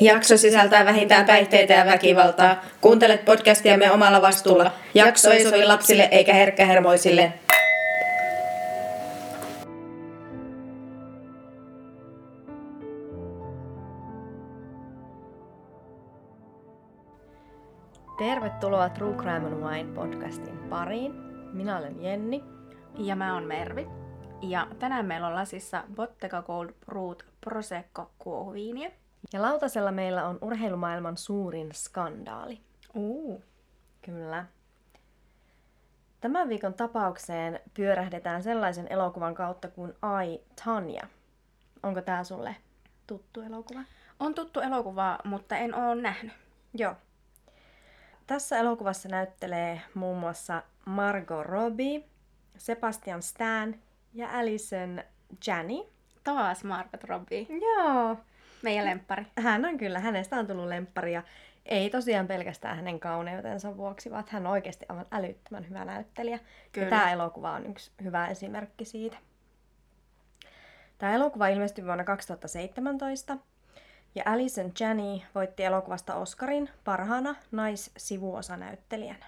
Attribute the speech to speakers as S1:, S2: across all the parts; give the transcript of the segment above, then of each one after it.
S1: Jakso sisältää vähintään päihteitä ja väkivaltaa. Kuuntelet podcastiamme omalla vastuulla. Jakso ei sovi lapsille eikä herkkähermoisille.
S2: Tervetuloa True Crime and Wine podcastin pariin. Minä olen Jenni.
S3: Ja mä oon Mervi. Ja tänään meillä on lasissa Bottega Gold Brut Prosecco kuohuviiniä.
S2: Ja lautasella meillä on urheilumaailman suurin skandaali. Kyllä. Tämän viikon tapaukseen pyörähdetään sellaisen elokuvan kautta kuin I, Tonya. Onko tää sulle tuttu elokuva?
S3: On tuttu elokuva, mutta en oo nähnyt.
S2: Joo. Tässä elokuvassa näyttelee muun muassa Margot Robbie, Sebastian Stan ja Allison Janney.
S3: Taas Margot Robbie.
S2: Joo.
S3: Meidän lemppari.
S2: Hän on kyllä, hänestä on tullut lemppari ja ei tosiaan pelkästään hänen kauneutensa vuoksi, vaan hän on oikeasti aivan älyttömän hyvä näyttelijä. Kyllä. Ja tämä elokuva on yksi hyvä esimerkki siitä. Tämä elokuva ilmestyi vuonna 2017 ja Allison Janney voitti elokuvasta Oscarin parhaana naissivuosanäyttelijänä.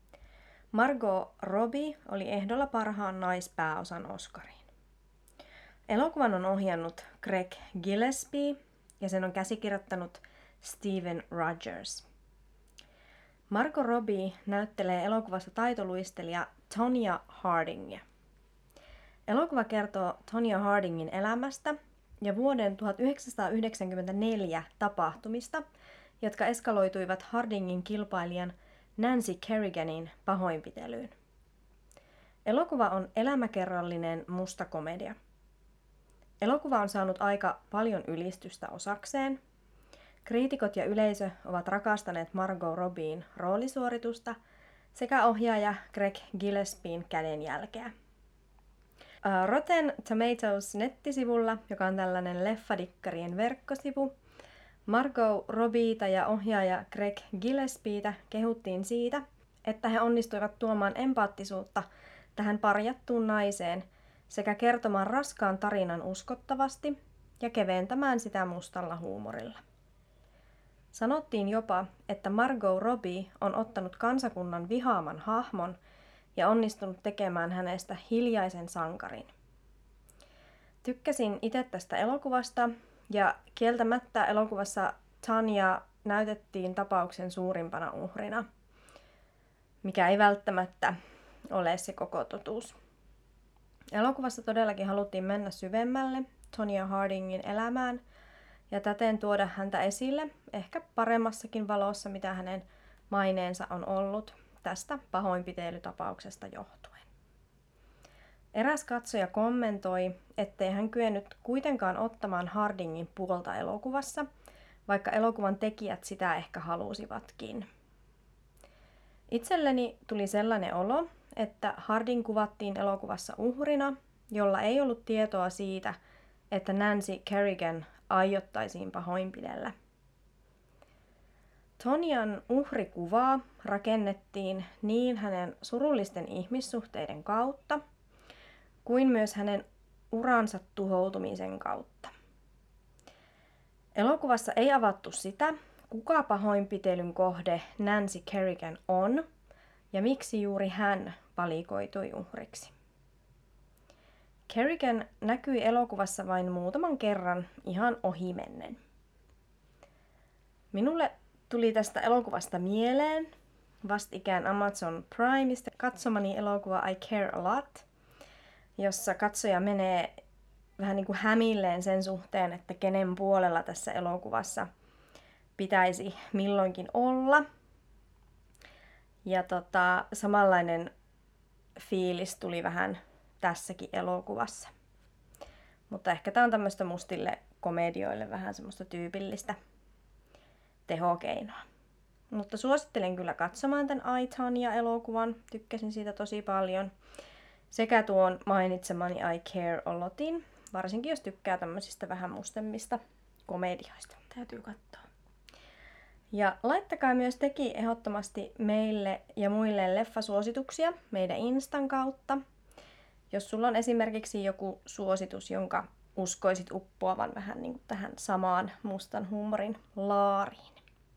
S2: Margot Robbie oli ehdolla parhaan naispääosan Oscariin. Elokuvan on ohjannut Craig Gillespie ja sen on käsikirjoittanut Steven Rogers. Margot Robbie näyttelee elokuvassa taitoluistelija Tonya Hardingia. Elokuva kertoo Tonya Hardingin elämästä ja vuoden 1994 tapahtumista, jotka eskaloituivat Hardingin kilpailijan Nancy Kerriganin pahoinpitelyyn. Elokuva on elämäkerrallinen musta komedia. Elokuva on saanut aika paljon ylistystä osakseen. Kriitikot ja yleisö ovat rakastaneet Margot Robbien roolisuoritusta sekä ohjaaja Craig Gillespien kädenjälkeä. Rotten Tomatoes nettisivulla, joka on tällainen leffadikkarien verkkosivu, Margot Robbieta ja ohjaaja Craig Gillespieta kehuttiin siitä, että he onnistuivat tuomaan empaattisuutta tähän parjattuun naiseen sekä kertomaan raskaan tarinan uskottavasti ja keventämään sitä mustalla huumorilla. Sanottiin jopa, että Margot Robbie on ottanut kansakunnan vihaaman hahmon ja onnistunut tekemään hänestä hiljaisen sankarin. Tykkäsin itse tästä elokuvasta ja kieltämättä elokuvassa Tonya näytettiin tapauksen suurimpana uhrina, mikä ei välttämättä ole se koko totuus. Elokuvassa todellakin haluttiin mennä syvemmälle Tonya Hardingin elämään ja täten tuoda häntä esille ehkä paremmassakin valossa, mitä hänen maineensa on ollut tästä pahoinpitelytapauksesta johtuen. Eräs katsoja kommentoi, ettei hän kyennyt kuitenkaan ottamaan Hardingin puolta elokuvassa, vaikka elokuvan tekijät sitä ehkä halusivatkin. Itselleni tuli sellainen olo, että Harding kuvattiin elokuvassa uhrina, jolla ei ollut tietoa siitä, että Nancy Kerrigan aiottaisiin pahoinpidellä. Tonyan uhrikuvaa rakennettiin niin hänen surullisten ihmissuhteiden kautta, kuin myös hänen uransa tuhoutumisen kautta. Elokuvassa ei avattu sitä, kuka pahoinpitelyn kohde Nancy Kerrigan on ja miksi juuri hän valikoitui uhriksi. Kerrigan näkyi elokuvassa vain muutaman kerran ihan ohimennen. Minulle tuli tästä elokuvasta mieleen vastikään Amazon Primeista katsomani elokuva I Care a Lot, jossa katsoja menee vähän niin kuin hämilleen sen suhteen, että kenen puolella tässä elokuvassa pitäisi milloinkin olla. Ja samanlainen fiilis tuli vähän tässäkin elokuvassa. Mutta ehkä tämä on tämmöistä mustille komedioille vähän semmoista tyypillistä tehokeinoa. Mutta suosittelen kyllä katsomaan tämän I, Tonya-elokuvan. Tykkäsin siitä tosi paljon. Sekä tuon mainitsemani I Care a Lotin, varsinkin jos tykkää tämmöisistä vähän mustemmista komedioista.
S3: Täytyy katsoa.
S2: Ja laittakaa myös teki ehdottomasti meille ja muille leffasuosituksia meidän Instan kautta. Jos sulla on esimerkiksi joku suositus, jonka uskoisit uppoavan vähän niin kuin tähän samaan mustan huumorin laariin.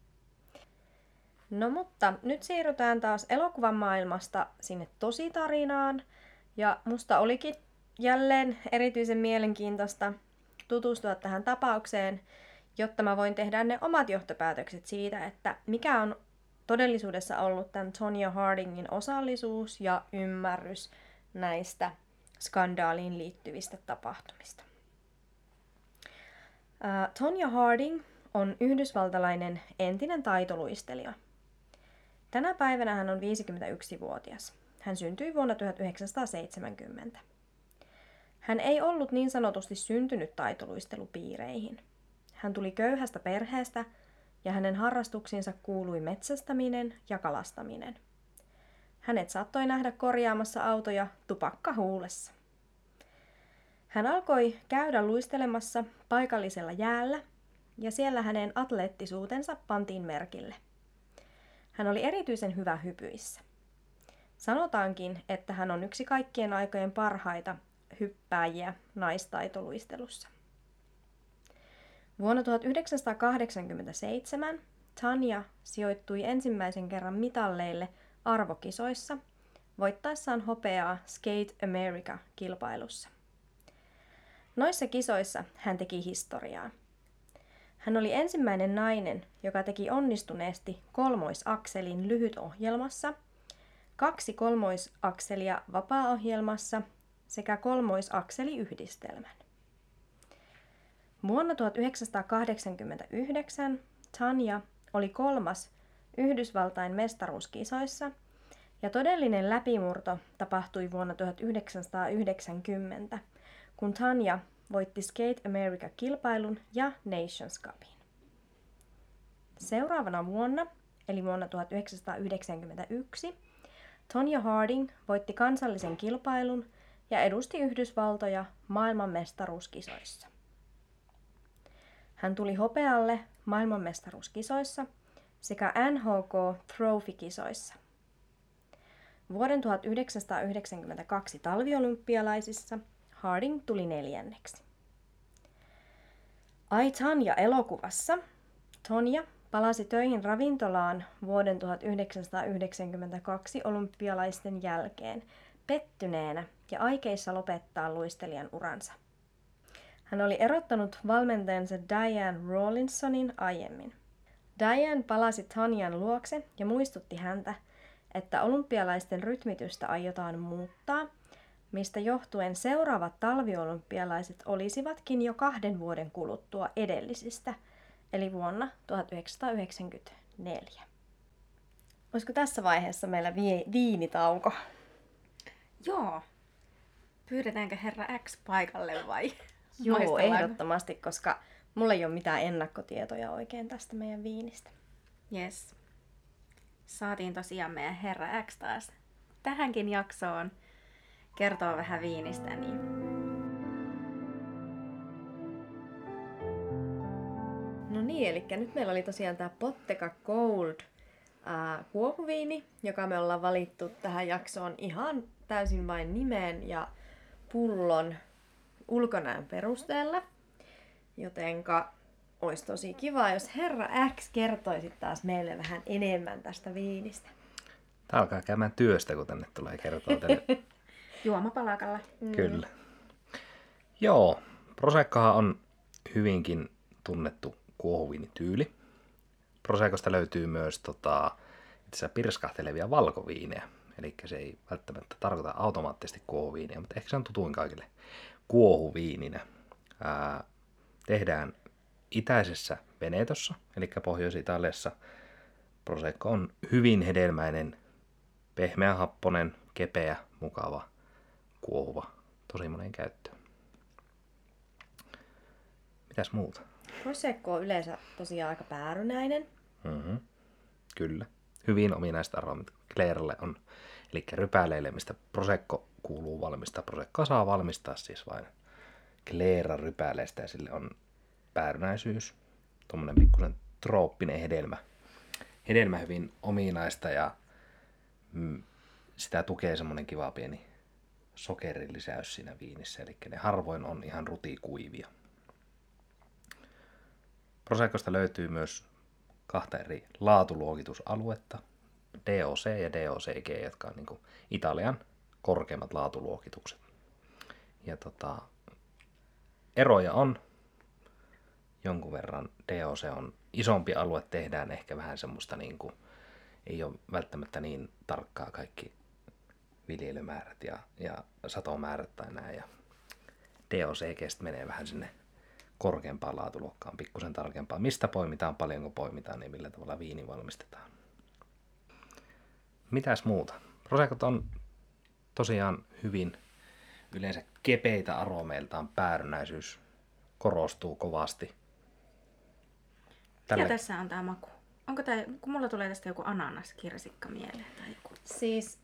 S2: No mutta nyt siirrytään taas elokuvan maailmasta sinne tositarinaan. Ja musta olikin jälleen erityisen mielenkiintoista tutustua tähän tapaukseen, jotta mä voin tehdä ne omat johtopäätökset siitä, että mikä on todellisuudessa ollut tämän Tonya Hardingin osallisuus ja ymmärrys näistä skandaaliin liittyvistä tapahtumista. Tonya Harding on yhdysvaltalainen entinen taitoluistelija. Tänä päivänä hän on 51-vuotias. Hän syntyi vuonna 1970. Hän ei ollut niin sanotusti syntynyt taitoluistelupiireihin. Hän tuli köyhästä perheestä ja hänen harrastuksiinsa kuului metsästäminen ja kalastaminen. Hänet saattoi nähdä korjaamassa autoja tupakka huulessa. Hän alkoi käydä luistelemassa paikallisella jäällä ja siellä hänen atleettisuutensa pantiin merkille. Hän oli erityisen hyvä hypyissä. Sanotaankin, että hän on yksi kaikkien aikojen parhaita hyppääjiä naistaitoluistelussa. Vuonna 1987 Tonya sijoittui ensimmäisen kerran mitalleille arvokisoissa, voittaessaan hopeaa Skate America-kilpailussa. Noissa kisoissa hän teki historiaa. Hän oli ensimmäinen nainen, joka teki onnistuneesti kolmoisakselin lyhytohjelmassa, 2 kolmoisakselia vapaa-ohjelmassa sekä kolmoisakseliyhdistelmän. Vuonna 1989 Tonya oli 3. Yhdysvaltain mestaruuskisoissa ja todellinen läpimurto tapahtui vuonna 1990, kun Tonya voitti Skate America-kilpailun ja Nations Cupin. Seuraavana vuonna, eli vuonna 1991, Tonya Harding voitti kansallisen kilpailun ja edusti Yhdysvaltoja maailmanmestaruuskisoissa. Hän tuli hopealle maailmanmestaruuskisoissa sekä NHK Trophy-kisoissa. Vuoden 1992 talviolympialaisissa Harding tuli 4. I, Tonya-elokuvassa Tonya palasi töihin ravintolaan vuoden 1992 olympialaisten jälkeen pettyneenä ja aikeissa lopettaa luistelijan uransa. Hän oli erottanut valmentajansa Diane Rawlinsonin aiemmin. Diane palasi Tonyan luokse ja muistutti häntä, että olympialaisten rytmitystä aiotaan muuttaa, mistä johtuen seuraavat talviolympialaiset olisivatkin jo 2 vuoden kuluttua edellisistä, eli vuonna 1994. Olisiko tässä vaiheessa meillä viinitauko?
S3: Joo. Pyydetäänkö herra X paikalle vai?
S2: Joo, ehdottomasti, koska mulla ei ole mitään ennakkotietoja oikein tästä meidän viinistä.
S3: Yes. Saatiin tosiaan meidän herra X taas tähänkin jaksoon kertoo vähän viinistä. Niin...
S2: No niin, eli nyt meillä oli tosiaan tämä Bottega Gold kuohuviini, joka me ollaan valittu tähän jaksoon ihan täysin vain nimen ja pullon ulkonäön perusteella. Jotenka olisi tosi kiva, jos herra X kertoisi taas meille vähän enemmän tästä viinistä.
S4: Tämä alkaa käymään työstä, kun tänne tulee kertoa teille.
S3: Juomapalakalla.
S4: Kyllä. Joo, Proseccohan on hyvinkin tunnettu kuohuviinityyli. Proseccosta löytyy myös itse asiassa pirskahtelevia valkoviinejä. Eli se ei välttämättä tarkoita automaattisesti kuohuviiniä, mutta ehkä se on tutuin kaikille kuohuviininä. Tehdään itäisessä Venetossa, eli Pohjois-Italiassa. Prosecco on hyvin hedelmäinen, pehmeähapponen, kepeä, mukava, kuohuva, tosi moneen käyttöön. Mitäs muuta?
S2: Prosecco on yleensä tosiaan aika päärynäinen.
S4: Mm-hmm. Kyllä. Hyvin ominaista aromit Clairelle on, eli rypäleille, mistä Prosecco kuuluu valmistaa. Prosecco saa valmistaa siis vain Clairan rypäleistä ja sille on päärynäisyys, tuommoinen pikkusen trooppinen hedelmä. Hedelmä hyvin ominaista ja sitä tukee semmoinen kiva pieni sokerin lisäys siinä viinissä, eli ne harvoin on ihan rutikuivia. Proseccosta löytyy myös 2 eri laatuluokitusaluetta, DOC ja DOCG, jotka on niin kuin Italian korkeimmat laatuluokitukset. Ja eroja on jonkun verran. DOC on isompi alue, tehdään ehkä vähän semmoista, niin kuin, ei ole välttämättä niin tarkkaa kaikki viljelymäärät ja satomäärät tai näin. Ja DOCG menee vähän sinne korkeampaan laatuluokkaan, pikkusen tarkempaan. Mistä poimitaan, paljonko poimitaan, niin millä tavalla viini valmistetaan. Mitäs muuta? Proseccot on tosiaan hyvin yleensä kepeitä aromeiltaan, päärynäisyys korostuu kovasti.
S3: Ja tässä on tää maku. Onko tää, kun mulla tulee tästä joku ananaskirsikka mieleen tai joku?
S2: Siis,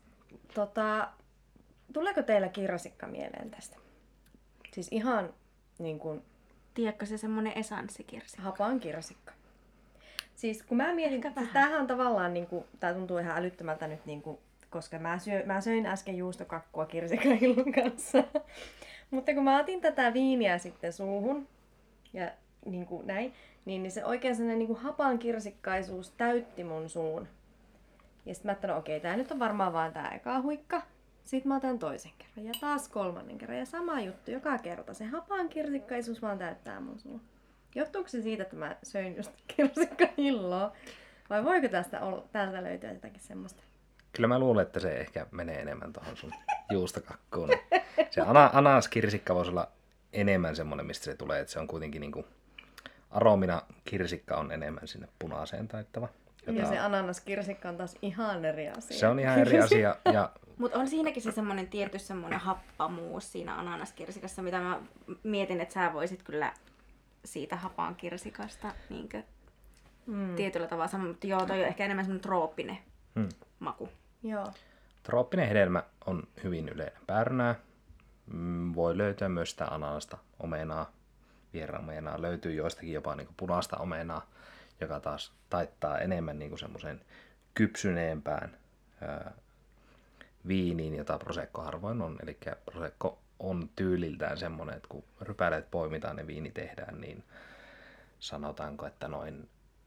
S2: tuleeko teillä kirsikka mieleen tästä? Siis ihan niin kuin
S3: Tiedätkö se semmonen esanssikirsikka?
S2: hapan kirsikka. Siis kun mä mietin, että tämähän on tavallaan, niin kuin, tää tuntuu ihan älyttömältä nyt, niin kuin, koska mä söin äsken juustokakkua kirsikkaillun kanssa. Mutta kun mä otin tätä viiniä sitten suuhun, ja niin kuin näin, niin se oikein sellainen niin kuin hapan kirsikkaisuus täytti mun suun. Ja sitten mä ajattelin, okei, tää nyt on varmaan vaan tää eka huikka. Sitten mä otan toisen kerran ja taas 3. kerran ja sama juttu joka kerta. Se hapan kirsikkaisuus vaan täyttää mun suun. Johtuuko se siitä, että mä söin just kirsikkahilloa? Vai voiko täältä löytyä jotakin semmoista?
S4: Kyllä mä luulen, että se ehkä menee enemmän tuohon sun juustokakkuun. Se ananaskirsikka voisi olla enemmän semmoinen, mistä se tulee. Että se on kuitenkin niinku aromina kirsikka on enemmän sinne punaiseen taittava.
S2: Ja se ananaskirsikka on taas ihan eri asia.
S4: Se on ihan eri asia. Ja
S3: Mutta on siinäkin se semmonen tietty semmonen happamuus siinä ananaskirsikassa, mitä mä mietin, että sä voisit kyllä siitä hapan kirsikasta niinkö tietyllä tavalla sanoa. Mutta joo, toi on ehkä enemmän semmonen trooppinen maku.
S2: Joo.
S4: trooppinen hedelmä on hyvin yleinen päärynää. Voi löytyä myös sitä ananasta, omenaa, vieraomenaa. Löytyy joistakin jopa niin kuin punaista omenaa, joka taas taittaa enemmän niin kuin semmoisen kypsyneempään viiniin, jota prosecco harvoin on. Eli prosecco on tyyliltään semmoinen, että kun rypäleet poimitaan ja viini tehdään, niin sanotaanko, että noin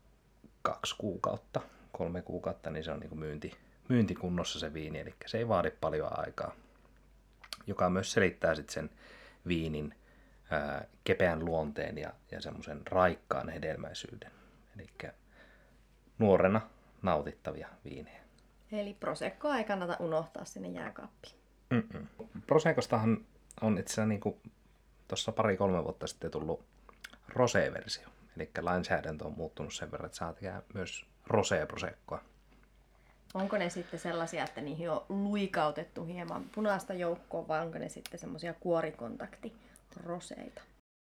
S4: 2 kuukautta, 3 kuukautta, niin se on niin kuin myyntikunnossa se viini, eli se ei vaadi paljon aikaa, joka myös selittää sitten sen viinin kepeän luonteen ja semmoisen raikkaan hedelmäisyyden. Eli nuorena nautittavia viinejä.
S2: Eli proseccoa ei kannata unohtaa sinne jääkaappiin.
S4: Proseccostahan on itse asiassa niin tuossa 2-3 vuotta sitten tullut rosé-versio. Eli lainsäädäntö on muuttunut sen verran, että saa tehdä myös rosé-proseccoa.
S2: Onko ne sitten sellaisia, että niihin on luikautettu hieman punaista joukkoa, vai onko ne sitten semmoisia kuorikontaktiroseita?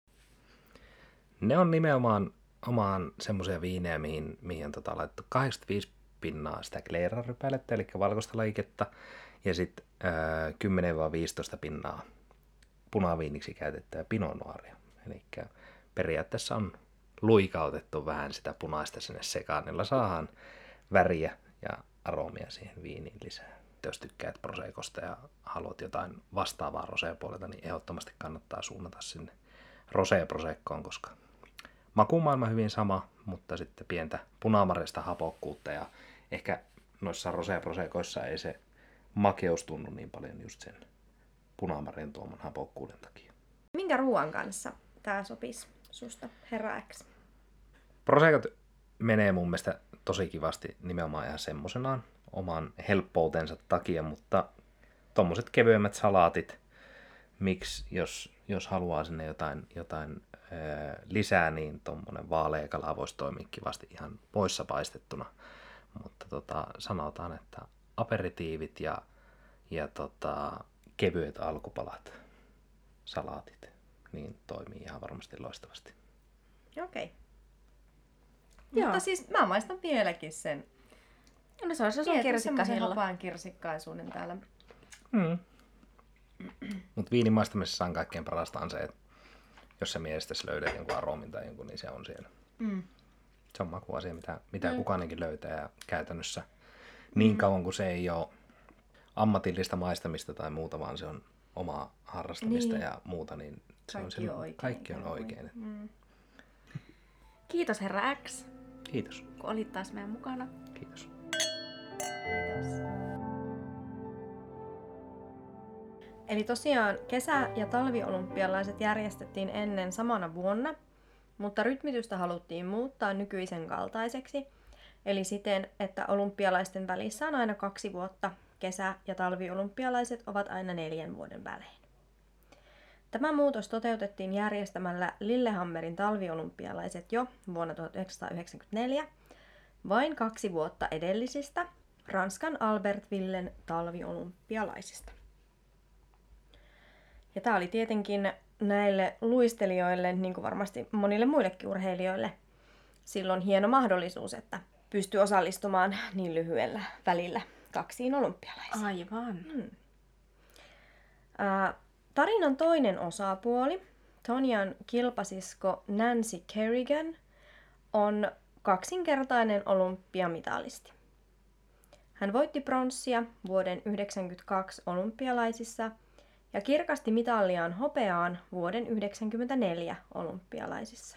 S4: Ne on nimenomaan omaan semmoisia viinejä, mihin on laitettu 85 pinnaa sitä Glera-rypälettä, eli valkoista lajiketta, ja sitten 10-15 pinnaa punaviiniksi käytettävää Pinot Noiria. Eli periaatteessa on luikautettu vähän sitä punaista sinne sekaan, jolla saadaan väriä ja aromia siihen viiniin lisää. Jos tykkäät proseccosta ja haluat jotain vastaavaa rosé-puolelta, niin ehdottomasti kannattaa suunnata sinne rosé-proseccoon, koska makumaailma hyvin sama, mutta sitten pientä punamarjasta hapokkuutta ja ehkä noissa rosé-prosecoissa ei se makeus tunnu niin paljon just sen punamarjan tuoman hapokkuuden takia.
S2: Minkä ruoan kanssa tää sopisi susta, herra X?
S4: Proseccot menee mun mielestä tosi kivasti nimenomaan ihan semmosenaan oman helppoutensa takia, mutta tommoset kevyemmät salaatit, miksi jos haluaa sinne jotain lisää, niin tommonen vaaleakala voisi toimia kivasti ihan poissa paistettuna. Mutta sanotaan, että aperitiivit ja kevyet alkupalat, salaatit, niin toimii ihan varmasti loistavasti.
S2: Okei.
S3: Joo.
S2: Mutta siis mä maistan vieläkin sen.
S3: No se on se sun kirsikkahilla.
S2: Hapan kirsikkaisuuden täällä.
S4: Mutta viinin maistamisessa on kaikkein parasta on se, että jos sä mielestäsi löydät jonkun aromin tai jonkun, niin se on siellä. Se on makuasia, mitä kukainenkin löytää ja käytännössä niin kauan kuin se ei ole ammatillista maistamista tai muuta, vaan se on omaa harrastamista ja muuta, niin
S2: Kaikki
S4: on oikein.
S3: Kiitos herra X,
S4: Kiitos.
S3: kun olit taas meidän mukana.
S4: Kiitos.
S2: Kiitos. Eli tosiaan kesä- ja talviolympialaiset järjestettiin ennen samana vuonna, mutta rytmitystä haluttiin muuttaa nykyisen kaltaiseksi, eli siten, että olympialaisten välissä on aina 2 vuotta, kesä- ja talviolympialaiset ovat aina 4 vuoden välein. Tämä muutos toteutettiin järjestämällä Lillehammerin talviolympialaiset jo vuonna 1994, vain 2 vuotta edellisistä Ranskan Albertvillen talviolympialaisista. Ja tämä oli tietenkin näille luistelijoille, niin kuin varmasti monille muillekin urheilijoille, silloin hieno mahdollisuus, että pystyy osallistumaan niin lyhyellä välillä 2 olympialaisiin.
S3: Aivan.
S2: Tarinan toinen osapuoli, Tonjan kilpasisko Nancy Kerrigan, on 2-kertainen olympiamitalisti. Hän voitti pronssia vuoden 1992 olympialaisissa ja kirkasti mitalliaan hopeaan vuoden 1994 olympialaisissa.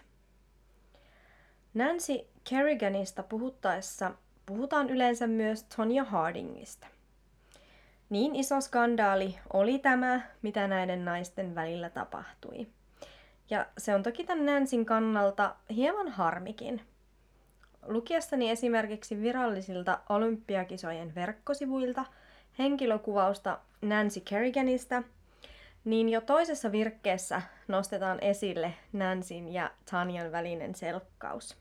S2: Nancy Kerriganista puhuttaessa puhutaan yleensä myös Tonya Hardingista. Niin iso skandaali oli tämä, mitä näiden naisten välillä tapahtui. Ja se on toki tämän Nancyn kannalta hieman harmikin. Lukiessani esimerkiksi virallisilta olympiakisojen verkkosivuilta henkilökuvausta Nancy Kerriganista, niin jo toisessa virkkeessä nostetaan esille Nancyn ja Tonyan välinen selkkaus.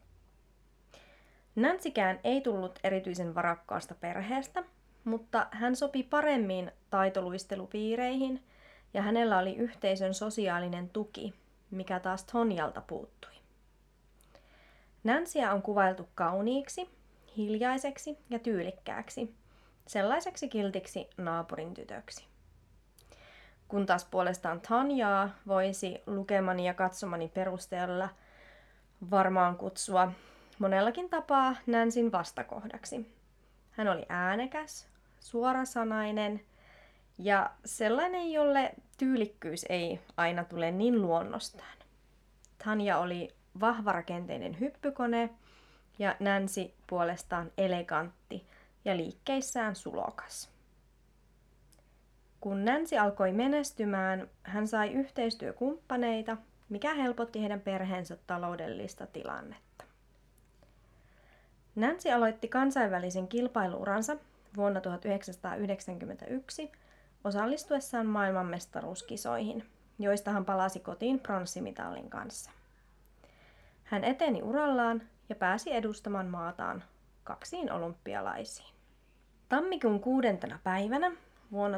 S2: Nancykään ei tullut erityisen varakkaasta perheestä, mutta hän sopi paremmin taitoluistelupiireihin ja hänellä oli yhteisön sosiaalinen tuki, mikä taas Tonjalta puuttui. Nancyä on kuvailtu kauniiksi, hiljaiseksi ja tyylikkääksi, sellaiseksi kiltiksi naapurin tytöksi. Kun taas puolestaan Tonyaa voisi lukemani ja katsomani perusteella varmaan kutsua monellakin tapaa Nancyn vastakohdaksi. Hän oli äänekäs, suorasanainen ja sellainen, jolle tyylikkyys ei aina tule niin luonnostaan. Tonya oli vahvarakenteinen hyppykone ja Nancy puolestaan elegantti ja liikkeissään sulokas. Kun Nancy alkoi menestymään, hän sai yhteistyökumppaneita, mikä helpotti heidän perheensä taloudellista tilannetta. Nancy aloitti kansainvälisen kilpailuuransa vuonna 1991 osallistuessaan maailmanmestaruuskisoihin, joista hän palasi kotiin pronssimitalin kanssa. Hän eteni urallaan ja pääsi edustamaan maataan 2 olympialaisiin. Tammikuun 6. päivänä vuonna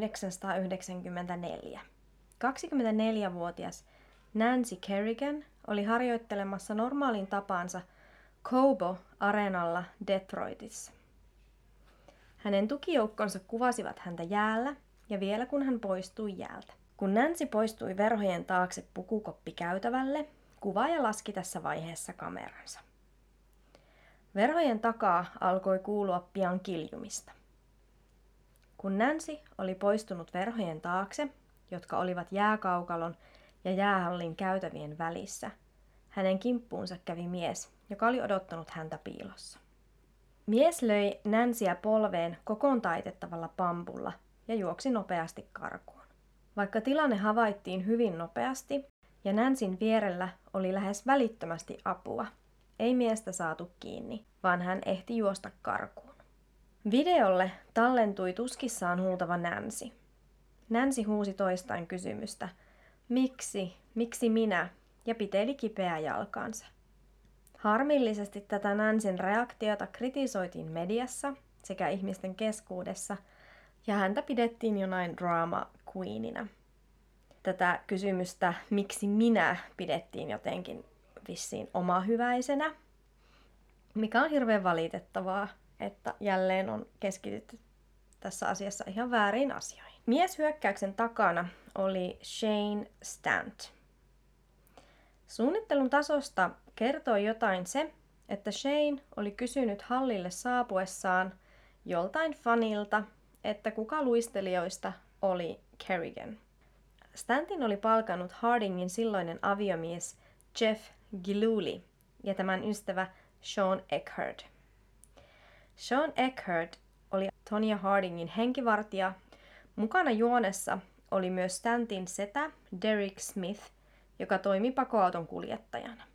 S2: 1994 24-vuotias Nancy Kerrigan oli harjoittelemassa normaalin tapaansa Cobo-areenalla Detroitissa. Hänen tukijoukkonsa kuvasivat häntä jäällä ja vielä kun hän poistui jäältä. Kun Nancy poistui verhojen taakse pukukoppikäytävälle, kuvaaja laski tässä vaiheessa kameransa. Verhojen takaa alkoi kuulua pian kiljumista. Kun Nancy oli poistunut verhojen taakse, jotka olivat jääkaukalon ja jäähallin käytävien välissä, hänen kimppuunsa kävi mies, joka oli odottanut häntä piilossa. Mies löi Nancyä polveen kokoon taitettavalla pampulla ja juoksi nopeasti karkuun. Vaikka tilanne havaittiin hyvin nopeasti ja Nancyn vierellä oli lähes välittömästi apua, ei miestä saatu kiinni, vaan hän ehti juosta karkuun. Videolle tallentui tuskissaan huutava Nancy. Nancy huusi toistain kysymystä, miksi minä, ja piteli kipeää jalkaansa. Harmillisesti tätä Nancyn reaktiota kritisoitiin mediassa sekä ihmisten keskuudessa, ja häntä pidettiin jonain drama queenina. Tätä kysymystä, miksi minä, pidettiin jotenkin vissiin omahyväisenä, mikä on hirveän valitettavaa, että jälleen on keskitytty tässä asiassa ihan väärin asioihin. Mieshyökkäyksen takana oli Shane Stant. Suunnittelun tasosta kertoi jotain se, että Shane oli kysynyt hallille saapuessaan joltain fanilta, että kuka luistelijoista oli Kerrigan. Stanton oli palkannut Hardingin silloinen aviomies Jeff Gillooly ja tämän ystävä Sean Eckhard. Sean Eckhard oli Tonya Hardingin henkivartija. Mukana juonessa oli myös Stanton setä Derek Smith, joka toimi pakoauton kuljettajana.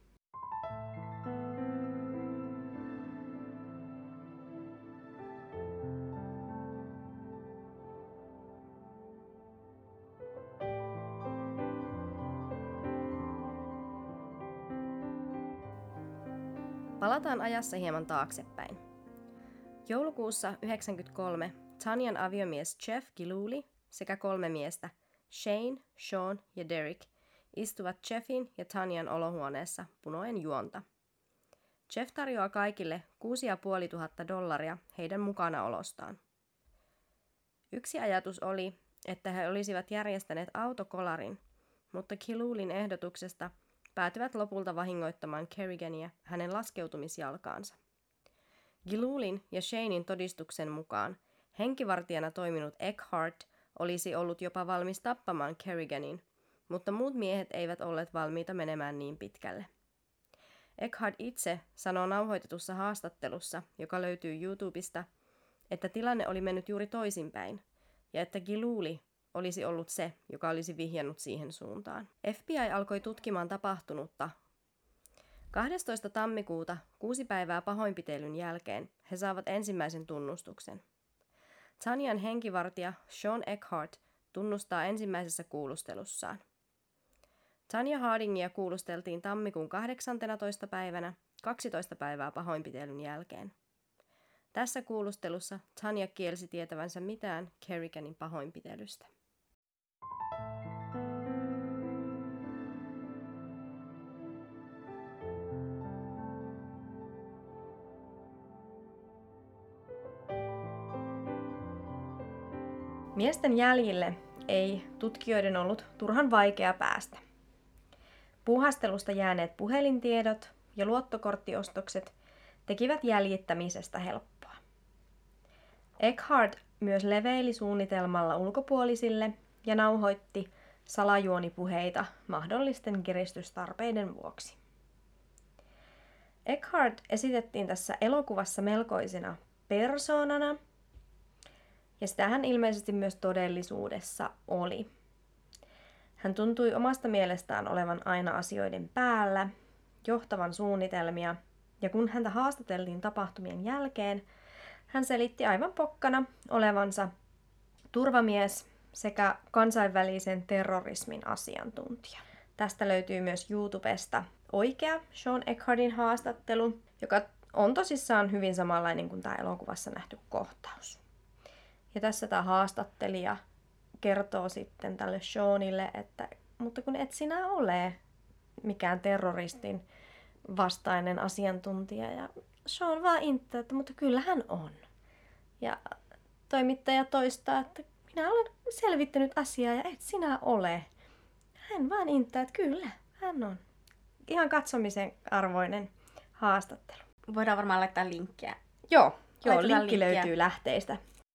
S2: Palataan ajassa hieman taaksepäin. Joulukuussa 1993 Tanyan aviomies Jeff Gillooly sekä 3 miestä, Shane, Sean ja Derek, istuvat Jeffin ja Tanyan olohuoneessa punoen juonta. Jeff tarjoaa kaikille $6,500 heidän mukanaolostaan. Yksi ajatus oli, että he olisivat järjestäneet autokolarin, mutta Gilloolyn ehdotuksesta päätyvät lopulta vahingoittamaan Kerrigania hänen laskeutumisjalkaansa. Gilloolyn ja Shanein todistuksen mukaan henkivartijana toiminut Eckhart olisi ollut jopa valmis tappamaan Kerriganin, mutta muut miehet eivät olleet valmiita menemään niin pitkälle. Eckhart itse sanoo nauhoitetussa haastattelussa, joka löytyy YouTubesta, että tilanne oli mennyt juuri toisinpäin ja että Gillooly olisi ollut se, joka olisi vihjannut siihen suuntaan. FBI alkoi tutkimaan tapahtunutta. 12. tammikuuta, 6 päivää pahoinpitelyn jälkeen, he saavat ensimmäisen tunnustuksen. Tanyan henkivartija Sean Eckhart tunnustaa ensimmäisessä kuulustelussaan. Tonya Hardingia kuulusteltiin tammikuun 18. päivänä, 12 päivää pahoinpitelyn jälkeen. Tässä kuulustelussa Tonya kielsi tietävänsä mitään Kerriganin pahoinpitelystä. Miesten jäljille ei tutkijoiden ollut turhan vaikea päästä. Puuhastelusta jääneet puhelintiedot ja luottokorttiostokset tekivät jäljittämisestä helppoa. Eckhart myös leveili suunnitelmalla ulkopuolisille ja nauhoitti salajuonipuheita mahdollisten kiristystarpeiden vuoksi. Eckhart esitettiin tässä elokuvassa melkoisena persoonana, ja sitä hän ilmeisesti myös todellisuudessa oli. Hän tuntui omasta mielestään olevan aina asioiden päällä, johtavan suunnitelmia, ja kun häntä haastateltiin tapahtumien jälkeen, hän selitti aivan pokkana olevansa turvamies sekä kansainvälisen terrorismin asiantuntija. Tästä löytyy myös YouTubesta oikea Sean Eckhartin haastattelu, joka on tosissaan hyvin samanlainen kuin tämä elokuvassa nähty kohtaus. Ja tässä tämä haastattelija kertoo sitten tälle Seanille, että mutta kun et sinä ole mikään terroristin vastainen asiantuntija. Ja Sean vaan inttää, että mutta kyllä hän on. Ja toimittaja toistaa, että minä olen selvittänyt asiaa ja et sinä ole. Hän vaan inttää, että kyllä, hän on. Ihan katsomisen arvoinen haastattelu.
S3: Voidaan varmaan laittaa linkkiä.
S2: Joo, linkki löytyy lähteistä.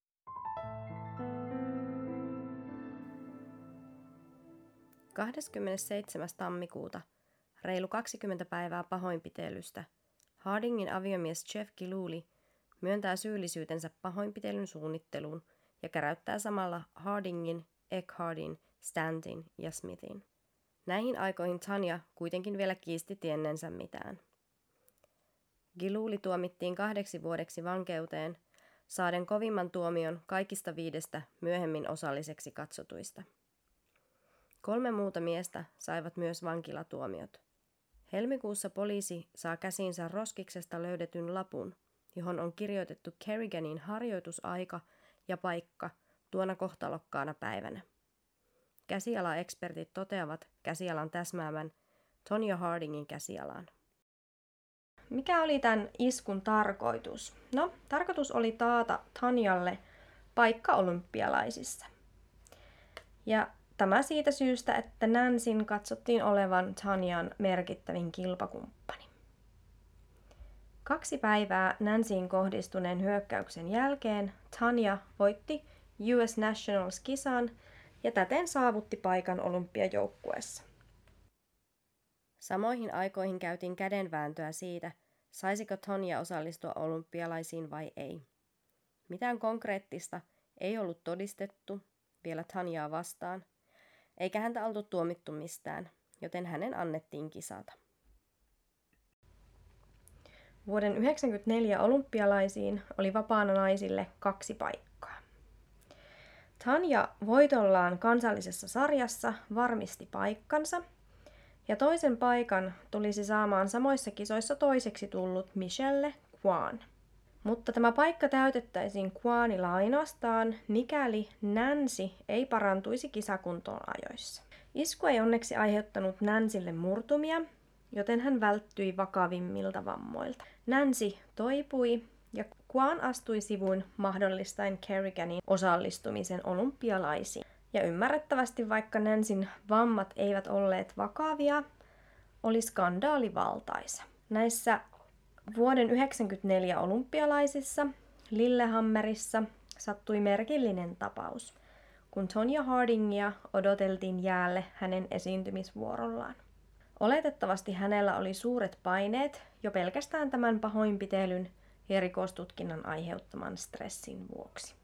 S2: – 27. tammikuuta, reilu 20 päivää pahoinpitelystä, Hardingin aviomies Jeff Gillooly myöntää syyllisyytensä pahoinpitelyn suunnitteluun ja käräyttää samalla Hardingin, Eckhardin, Stanton ja Smithin. Näihin aikoihin Tonya kuitenkin vielä kiisti tiennensä mitään. Gillooly tuomittiin 8 vuodeksi vankeuteen, saaden kovimman tuomion kaikista 5 myöhemmin osalliseksi katsotuista. 3 muuta miestä saivat myös vankilatuomiot. Helmikuussa poliisi saa käsiinsä roskiksesta löydetyn lapun, johon on kirjoitettu Kerriganin harjoitusaika ja paikka tuona kohtalokkaana päivänä. Käsialaekspertit toteavat käsialan täsmäävän Tonya Hardingin käsialaan. Mikä oli tämän iskun tarkoitus? No, tarkoitus oli taata Tonyalle paikka olympialaisissa. Ja tämä siitä syystä, että Nancyn katsottiin olevan Tonyan merkittävin kilpakumppani. 2 päivää Nancyin kohdistuneen hyökkäyksen jälkeen Tonya voitti US Nationals-kisan ja täten saavutti paikan olympiajoukkueessa. Samoihin aikoihin käytiin kädenvääntöä siitä, saisiko Tonya osallistua olympialaisiin vai ei. Mitään konkreettista ei ollut todistettu vielä Tonyaa vastaan, eikä häntä oltu tuomittu mistään, joten hänen annettiin kisata. Vuoden 1994 olympialaisiin oli vapaana naisille 2 paikkaa. Tonya voitollaan kansallisessa sarjassa varmisti paikkansa, ja toisen paikan tulisi saamaan samoissa kisoissa toiseksi tullut Michelle Kwan. Mutta tämä paikka täytettäisiin Kwanilla ainoastaan, mikäli Nancy ei parantuisi kisakuntoon ajoissa. Isku ei onneksi aiheuttanut Nancylle murtumia, joten hän välttyi vakavimmilta vammoilta. Nancy toipui ja Kwan astui sivuun mahdollistaen Kerriganin osallistumisen olympialaisiin. Ja ymmärrettävästi, vaikka Nancyn vammat eivät olleet vakavia, oli skandaali valtaisa. Näissä vuoden 1994 olympialaisissa Lillehammerissa sattui merkillinen tapaus, kun Tonya Hardingia odoteltiin jäälle hänen esiintymisvuorollaan. Oletettavasti hänellä oli suuret paineet jo pelkästään tämän pahoinpitelyn ja rikostutkinnan aiheuttaman stressin vuoksi.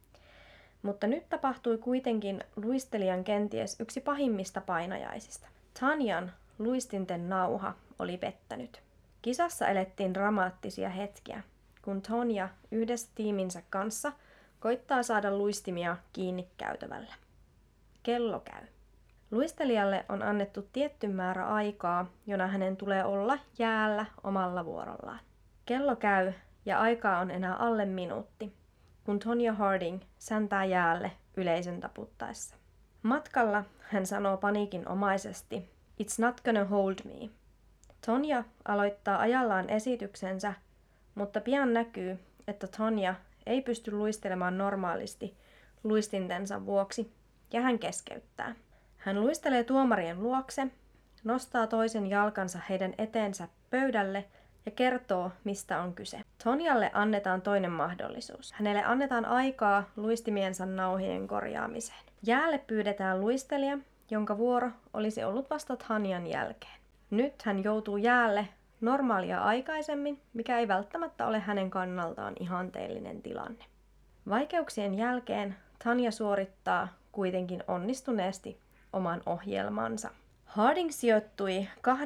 S2: Mutta nyt tapahtui kuitenkin luistelijan kenties yksi pahimmista painajaisista. Tonyan luistinten nauha oli pettänyt. Kisassa elettiin dramaattisia hetkiä, kun Tonya yhdessä tiiminsä kanssa koittaa saada luistimia kiinni käytävällä. Kello käy. Luistelijalle on annettu tietty määrä aikaa, jona hänen tulee olla jäällä omalla vuorollaan. Kello käy ja aikaa on enää alle minuutti, kun Tonya Harding säntää jäälle yleisön taputtaessa. Matkalla hän sanoo paniikinomaisesti, "It's not gonna hold me." Tonya aloittaa ajallaan esityksensä, mutta pian näkyy, että Tonya ei pysty luistelemaan normaalisti luistintensa vuoksi ja hän keskeyttää. Hän luistelee tuomarien luokse, nostaa toisen jalkansa heidän eteensä pöydälle ja kertoo, mistä on kyse. Tonyalle annetaan toinen mahdollisuus. Hänelle annetaan aikaa luistimiensa nauhien korjaamiseen. Jäälle pyydetään luistelija, jonka vuoro olisi ollut vasta Tonyan jälkeen. Nyt hän joutuu jäälle normaalia aikaisemmin, mikä ei välttämättä ole hänen kannaltaan ihanteellinen tilanne. Vaikeuksien jälkeen Tonya suorittaa kuitenkin onnistuneesti oman ohjelmansa. Harding sijoittui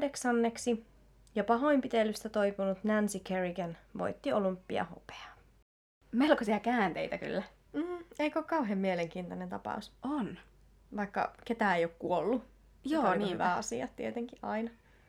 S2: 8. ja pahoinpitelystä toipunut Nancy Kerrigan voitti olympiahopeaa.
S3: Melkoisia käänteitä kyllä.
S2: Eikö ole kauhean mielenkiintoinen tapaus?
S3: On.
S2: Vaikka ketään ei ole kuollut.
S3: Joo,
S2: niin
S3: niin
S2: hyvä asia tietenkin aina.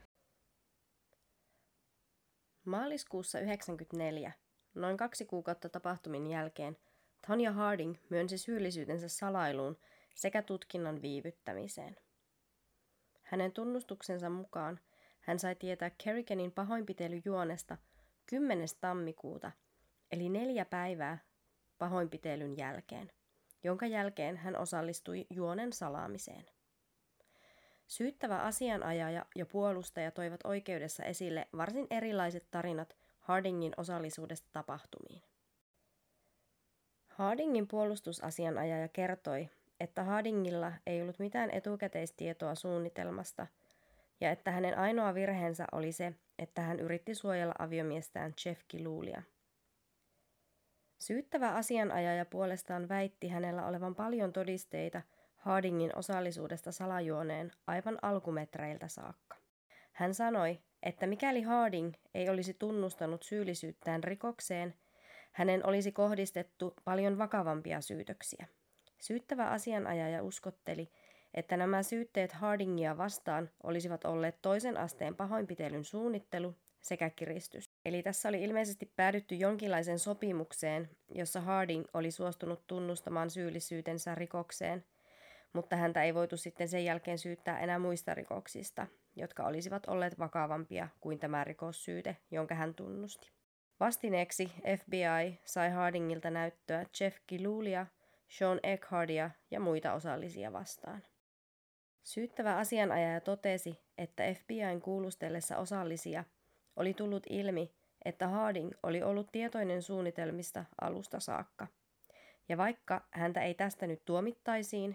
S2: Maaliskuussa 1994, noin 2 kuukautta tapahtumin jälkeen, Tonya Harding myönsi syyllisyytensä salailuun sekä tutkinnan viivyttämiseen. Hänen tunnustuksensa mukaan hän sai tietää Kerriganin pahoinpitelyjuonesta 10. tammikuuta, eli 4 päivää pahoinpitelyn jälkeen, jonka jälkeen hän osallistui juonen salaamiseen. Syyttävä asianajaja ja puolustaja toivat oikeudessa esille varsin erilaiset tarinat Hardingin osallisuudesta tapahtumiin. Hardingin puolustusasianajaja kertoi, että Hardingilla ei ollut mitään etukäteistietoa suunnitelmasta ja että hänen ainoa virheensä oli se, että hän yritti suojella aviomiestään Jeff Gilloolia. Syyttävä asianajaja puolestaan väitti hänellä olevan paljon todisteita Hardingin osallisuudesta salajuoneen aivan alkumetreiltä saakka. Hän sanoi, että mikäli Harding ei olisi tunnustanut syyllisyyttään rikokseen, hänen olisi kohdistettu paljon vakavampia syytöksiä. Syyttävä asianajaja uskotteli, että nämä syytteet Hardingia vastaan olisivat olleet toisen asteen pahoinpitelyn suunnittelu sekä kiristys. Eli tässä oli ilmeisesti päädytty jonkinlaiseen sopimukseen, jossa Harding oli suostunut tunnustamaan syyllisyytensä rikokseen, mutta häntä ei voitu sitten sen jälkeen syyttää enää muista rikoksista, jotka olisivat olleet vakavampia kuin tämä rikossyyte, jonka hän tunnusti. Vastineeksi FBI sai Hardingilta näyttöä Jeff Gilloolia, Sean Eckhardia ja muita osallisia vastaan. Syyttävä asianajaja totesi, että FBI:n kuulustellessa osallisia oli tullut ilmi, että Harding oli ollut tietoinen suunnitelmista alusta saakka. Ja vaikka häntä ei tästä nyt tuomittaisiin,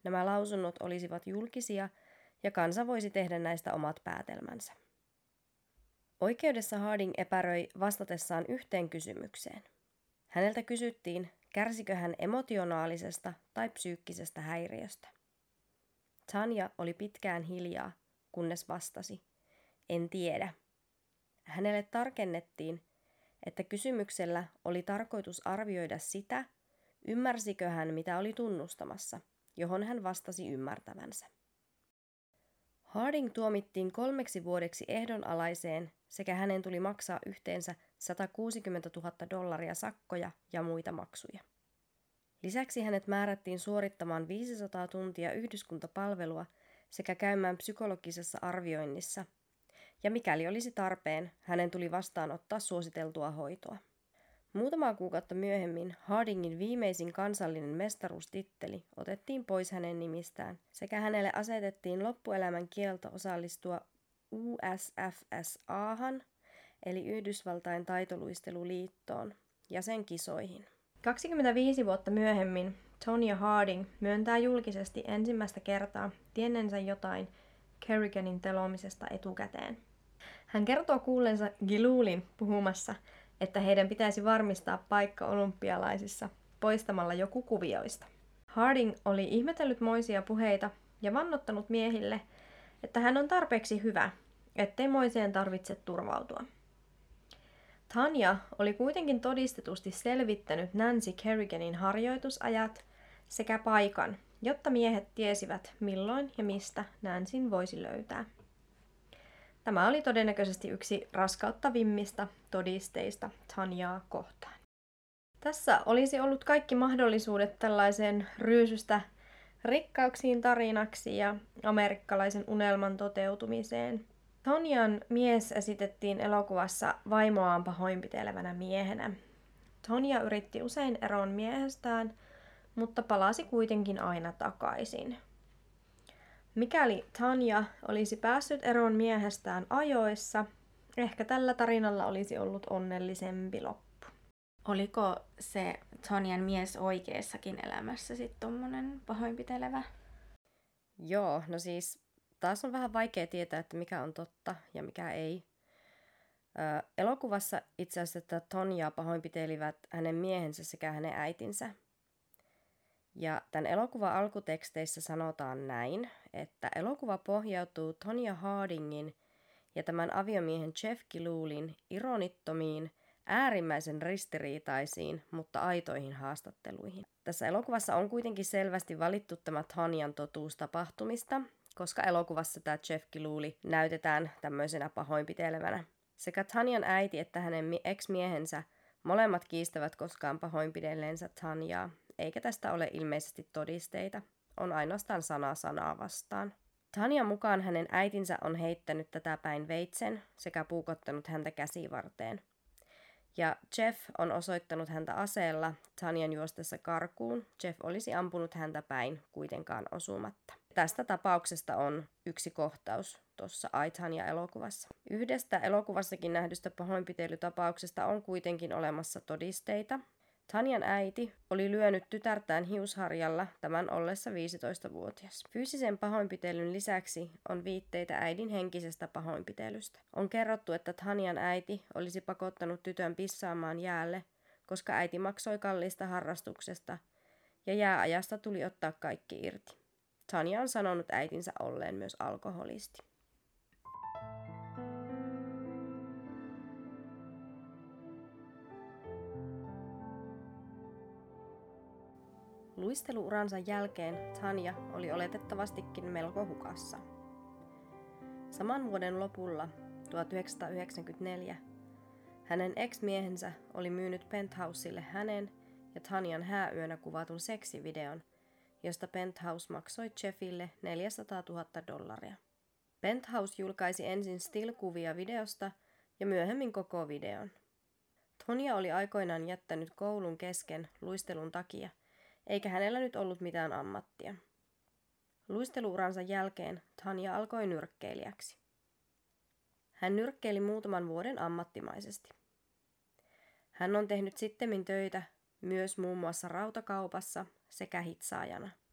S2: Nämä lausunnot olisivat julkisia ja kansa voisi tehdä näistä omat päätelmänsä. Oikeudessa Harding epäröi vastatessaan yhteen kysymykseen. Häneltä kysyttiin, kärsikö hän emotionaalisesta tai psyykkisestä häiriöstä. Tanya oli pitkään hiljaa, kunnes vastasi, en tiedä. Hänelle tarkennettiin, että kysymyksellä oli tarkoitus arvioida sitä, ymmärsikö hän mitä oli tunnustamassa, johon hän vastasi ymmärtävänsä. Harding tuomittiin 3 vuodeksi ehdonalaiseen sekä hänen tuli maksaa yhteensä $160,000 sakkoja ja muita maksuja. Lisäksi hänet määrättiin suorittamaan 500 tuntia yhdyskuntapalvelua sekä käymään psykologisessa arvioinnissa, ja mikäli olisi tarpeen, hänen tuli vastaanottaa suositeltua hoitoa. Muutamaa kuukautta myöhemmin Hardingin viimeisin kansallinen mestaruustitteli otettiin pois hänen nimistään sekä hänelle asetettiin loppuelämän kielto osallistua USFSAhan, eli Yhdysvaltain taitoluisteluliittoon, ja sen kisoihin. 25 vuotta myöhemmin Tonya Harding myöntää julkisesti ensimmäistä kertaa tiennensä jotain Kerriganin telomisesta etukäteen. Hän kertoo kuulleensa Gillulin puhumassa, että heidän pitäisi varmistaa paikka olympialaisissa poistamalla joku kuvioista. Harding oli ihmetellyt moisia puheita ja vannottanut miehille, että hän on tarpeeksi hyvä, ettei moiseen tarvitse turvautua. Tanya oli kuitenkin todistetusti selvittänyt Nancy Kerriganin harjoitusajat sekä paikan, jotta miehet tiesivät milloin ja mistä Nancyn voisi löytää. Tämä oli todennäköisesti yksi raskauttavimmista todisteista Tanyaa kohtaan. Tässä olisi ollut kaikki mahdollisuudet tällaiseen ryysystä rikkauksiin tarinaksi ja amerikkalaisen unelman toteutumiseen. Tonyan mies esitettiin elokuvassa vaimoaan pahoinpitelevänä miehenä. Tonya yritti usein eroon miehestään, mutta palasi kuitenkin aina takaisin. Mikäli Tanya olisi päässyt eroon miehestään ajoissa, ehkä tällä tarinalla olisi ollut onnellisempi loppu.
S3: Oliko se Tonyan mies oikeassakin elämässä sitten tommonen pahoinpitelevä?
S2: Joo, no siis taas on vähän vaikea tietää, että mikä on totta ja mikä ei. Elokuvassa itse asiassa Tonyaa pahoinpitelivät hänen miehensä sekä hänen äitinsä. Ja tämän elokuvan alkuteksteissä sanotaan näin, että elokuva pohjautuu Tonya Hardingin ja tämän aviomiehen Jeff Gillulin ironittomiin, äärimmäisen ristiriitaisiin, mutta aitoihin haastatteluihin. Tässä elokuvassa on kuitenkin selvästi valittu tämä Tonyan totuus tapahtumista, koska elokuvassa tämä Jeff Gilluli näytetään tämmöisenä pahoinpitelevänä. Sekä Tonyan äiti että hänen ex-miehensä molemmat kiistävät koskaan pahoinpidelleensä Tonyaa, eikä tästä ole ilmeisesti todisteita. On ainoastaan sanaa vastaan. Tonyan mukaan hänen äitinsä on heittänyt tätä päin veitsen sekä puukottanut häntä käsivarteen. Ja Jeff on osoittanut häntä aseella Tonyan juostessa karkuun. Jeff olisi ampunut häntä päin, kuitenkaan osumatta. Tästä tapauksesta on yksi kohtaus tuossa I, Tonya-elokuvassa. Yhdestä elokuvassakin nähdystä pahoinpitelytapauksesta on kuitenkin olemassa todisteita. Tonyan äiti oli lyönyt tytärtään hiusharjalla tämän ollessa 15-vuotias. Fyysisen pahoinpitelyn lisäksi on viitteitä äidin henkisestä pahoinpitelystä. On kerrottu, että Tonyan äiti olisi pakottanut tytön pissaamaan jäälle, koska äiti maksoi kalliista harrastuksesta ja jääajasta tuli ottaa kaikki irti. Tonya on sanonut äitinsä olleen myös alkoholisti. Luisteluuransa jälkeen Tonya oli oletettavastikin melko hukassa. Saman vuoden lopulla, 1994, hänen ex-miehensä oli myynyt Penthouselle hänen ja Tonyan hääyönä kuvatun seksivideon, josta Penthouse maksoi Jeffille $400,000. Penthouse julkaisi ensin still-kuvia videosta ja myöhemmin koko videon. Tonya oli aikoinaan jättänyt koulun kesken luistelun takia, eikä hänellä nyt ollut mitään ammattia. Luisteluuransa jälkeen Tonya alkoi nyrkkeilijäksi. Hän nyrkkeili muutaman vuoden ammattimaisesti. Hän on tehnyt sittemmin töitä myös muun muassa rautakaupassa sekä hitsaajana.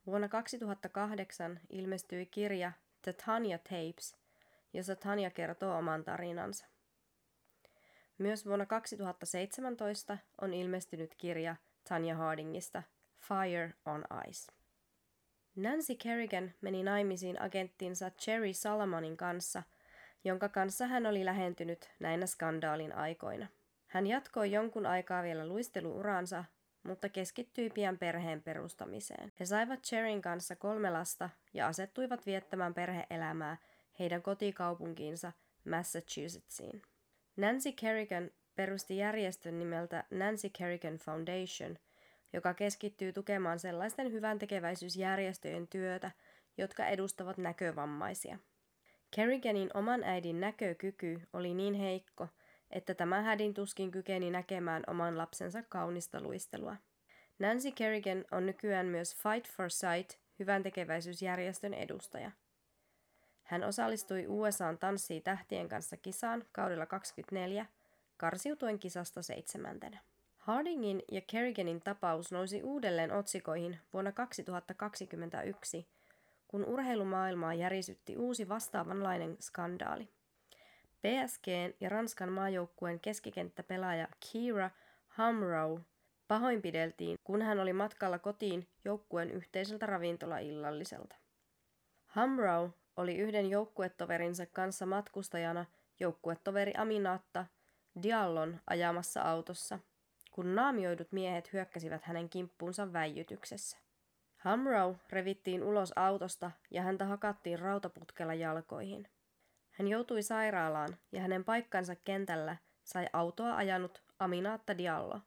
S2: Vuonna 2008 ilmestyi kirja The Tanya Tapes, jossa Tanya kertoo oman tarinansa. Myös vuonna 2017 on ilmestynyt kirja Tonya Hardingista Fire on Ice. Nancy Kerrigan meni naimisiin agenttinsa Jerry Salomonin kanssa, jonka kanssa hän oli lähentynyt näinä skandaalin aikoina. Hän jatkoi jonkun aikaa vielä luisteluuransa, mutta keskittyi pian perheen perustamiseen. He saivat Jerryn kanssa 3 lasta ja asettuivat viettämään perhe-elämää heidän kotikaupunkiinsa Massachusettsiin. Nancy Kerrigan perusti järjestön nimeltä Nancy Kerrigan Foundation, joka keskittyy tukemaan sellaisten hyväntekeväisyysjärjestöjen työtä, jotka edustavat näkövammaisia. Kerriganin oman äidin näkökyky oli niin heikko, että tämä hädin tuskin kykeni näkemään oman lapsensa kaunista luistelua. Nancy Kerrigan on nykyään myös Fight for Sight hyväntekeväisyysjärjestön edustaja. Hän osallistui USA:n Tanssii tähtien kanssa kisaan kaudella 24, karsiutuen kisasta 7. Hardingin ja Kerriganin tapaus nousi uudelleen otsikoihin vuonna 2021, kun urheilumaailmaa järisytti uusi vastaavanlainen skandaali. PSG:n ja Ranskan maajoukkueen keskikenttäpelaaja Kira Hamrow pahoinpideltiin, kun hän oli matkalla kotiin joukkueen yhteiseltä ravintolaillalliselta. Hamrow oli yhden joukkuetoverinsa kanssa matkustajana joukkuetoveri Aminata Diallon ajamassa autossa, kun naamioidut miehet hyökkäsivät hänen kimppuunsa väijytyksessä. Hamrow revittiin ulos autosta ja häntä hakattiin rautaputkella jalkoihin. Hän joutui sairaalaan ja hänen paikkansa kentällä sai autoa ajanut Aminata Diallo.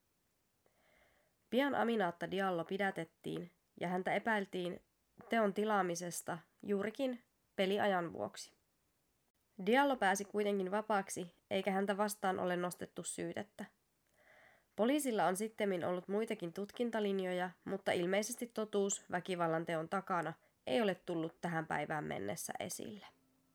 S2: Pian Aminata Diallo pidätettiin ja häntä epäiltiin teon tilaamisesta juurikin peliajan vuoksi. Diallo pääsi kuitenkin vapaaksi, eikä häntä vastaan ole nostettu syytettä. Poliisilla on sittemmin ollut muitakin tutkintalinjoja, mutta ilmeisesti totuus väkivallan teon takana ei ole tullut tähän päivään mennessä esille.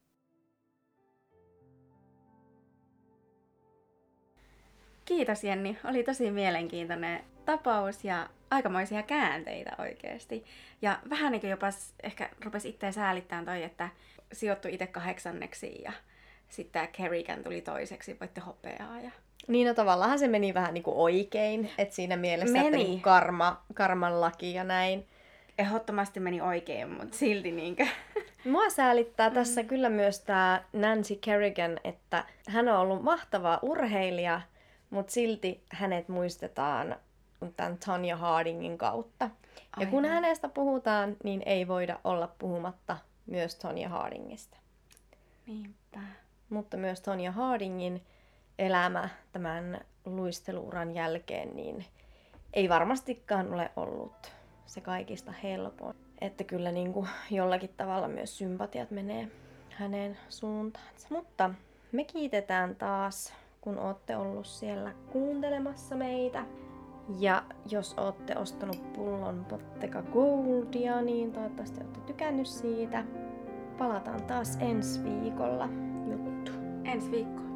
S3: Kiitos Jenni, oli tosi mielenkiintoinen tapaus ja aikamoisia käänteitä oikeasti. Ja vähän niin kuin jopa ehkä rupesi itseä säälittämään toi, että sijoittui itse 8. ja sitten tämä Kerrigan tuli toiseksi, voitte hopeaa. Ja...
S2: Niin, no tavallaan se meni vähän niin kuin oikein, että siinä mielessä, että niin karman laki ja näin.
S3: Ehdottomasti meni oikein, mutta silti niinkö.
S2: Mua säälittää tässä kyllä myös tämä Nancy Kerrigan, että hän on ollut mahtava urheilija, mutta silti hänet muistetaan tämän Tonya Hardingin kautta. Ja kun hänestä puhutaan, niin ei voida olla puhumatta myös Tonya Hardingista.
S3: Niinpä.
S2: Mutta myös Tonya Hardingin elämä tämän luisteluuran jälkeen niin ei varmastikaan ole ollut se kaikista helpoin. Että kyllä niin kuin jollakin tavalla myös sympatiat menee hänen suuntaansa. Mutta me kiitetään taas, kun ootte ollut siellä kuuntelemassa meitä. Ja jos ootte ostanut pullon Bottega Goldia, niin toivottavasti ootte tykännyt siitä. Palataan taas ensi viikolla juttu.
S3: Ensi viikko.